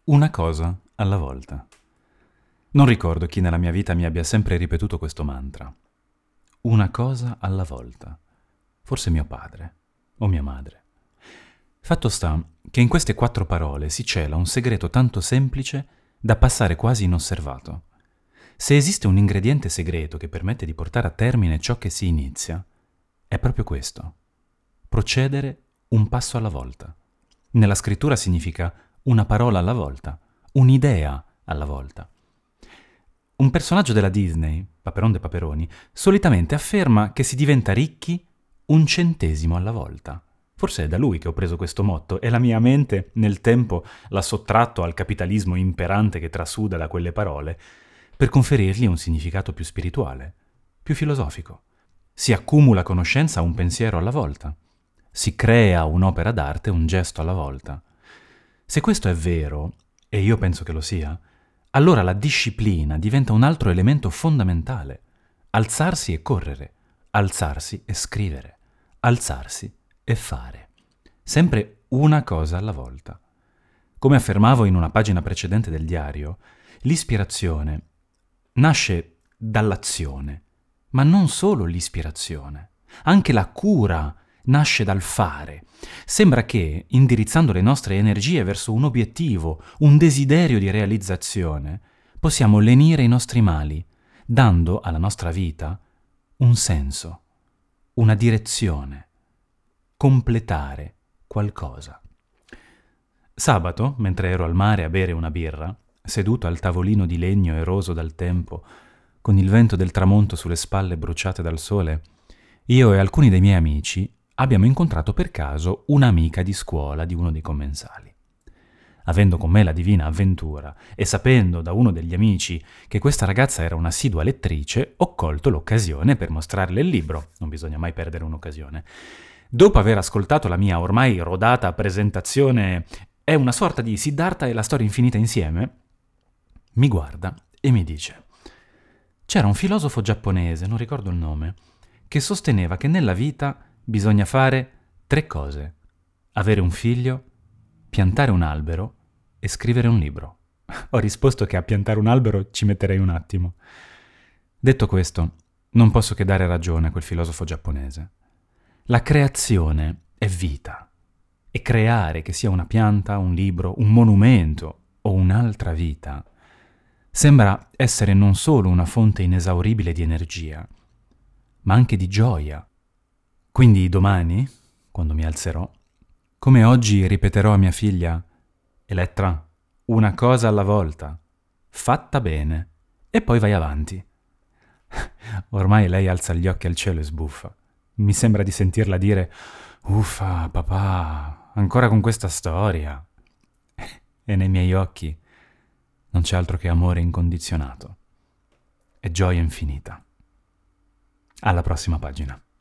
Una cosa alla volta. Non ricordo chi nella mia vita mi abbia sempre ripetuto questo mantra. Una cosa alla volta. Forse mio padre o mia madre. Fatto sta che in queste 4 parole si cela un segreto tanto semplice da passare quasi inosservato. Se esiste un ingrediente segreto che permette di portare a termine ciò che si inizia, è proprio questo: procedere un passo alla volta. Nella scrittura significa una parola alla volta, un'idea alla volta. Un personaggio della Disney, Paperon de Paperoni, solitamente afferma che si diventa ricchi un centesimo alla volta. Forse è da lui che ho preso questo motto e la mia mente nel tempo l'ha sottratto al capitalismo imperante che trasuda da quelle parole per conferirgli un significato più spirituale, più filosofico. Si accumula conoscenza un pensiero alla volta. Si crea un'opera d'arte un gesto alla volta. Se questo è vero, e io penso che lo sia, allora la disciplina diventa un altro elemento fondamentale. Alzarsi e correre, alzarsi e scrivere, alzarsi e fare. Sempre una cosa alla volta. Come affermavo in una pagina precedente del diario, l'ispirazione nasce dall'azione, ma non solo l'ispirazione, anche la cura nasce dal fare. Sembra che, indirizzando le nostre energie verso un obiettivo, un desiderio di realizzazione, possiamo lenire i nostri mali, dando alla nostra vita un senso, una direzione, completare qualcosa. Sabato, mentre ero al mare a bere una birra, seduto al tavolino di legno eroso dal tempo, con il vento del tramonto sulle spalle bruciate dal sole, io e alcuni dei miei amici abbiamo incontrato per caso un'amica di scuola di uno dei commensali. Avendo con me la divina avventura e sapendo da uno degli amici che questa ragazza era un'assidua lettrice, ho colto l'occasione per mostrarle il libro. Non bisogna mai perdere un'occasione. Dopo aver ascoltato la mia ormai rodata presentazione "È una sorta di Siddhartha e la storia infinita insieme", mi guarda e mi dice: c'era un filosofo giapponese, non ricordo il nome, che sosteneva che nella vita bisogna fare 3 cose: avere un figlio, piantare un albero e scrivere un libro. Ho risposto che a piantare un albero ci metterei un attimo. Detto questo, non posso che dare ragione a quel filosofo giapponese. La creazione è vita, e creare, che sia una pianta, un libro, un monumento o un'altra vita, sembra essere non solo una fonte inesauribile di energia, ma anche di gioia. Quindi domani, quando mi alzerò, come oggi ripeterò a mia figlia: Elettra, una cosa alla volta, fatta bene, e poi vai avanti. Ormai lei alza gli occhi al cielo e sbuffa. Mi sembra di sentirla dire: uffa, papà, ancora con questa storia. E nei miei occhi non c'è altro che amore incondizionato e gioia infinita. Alla prossima pagina.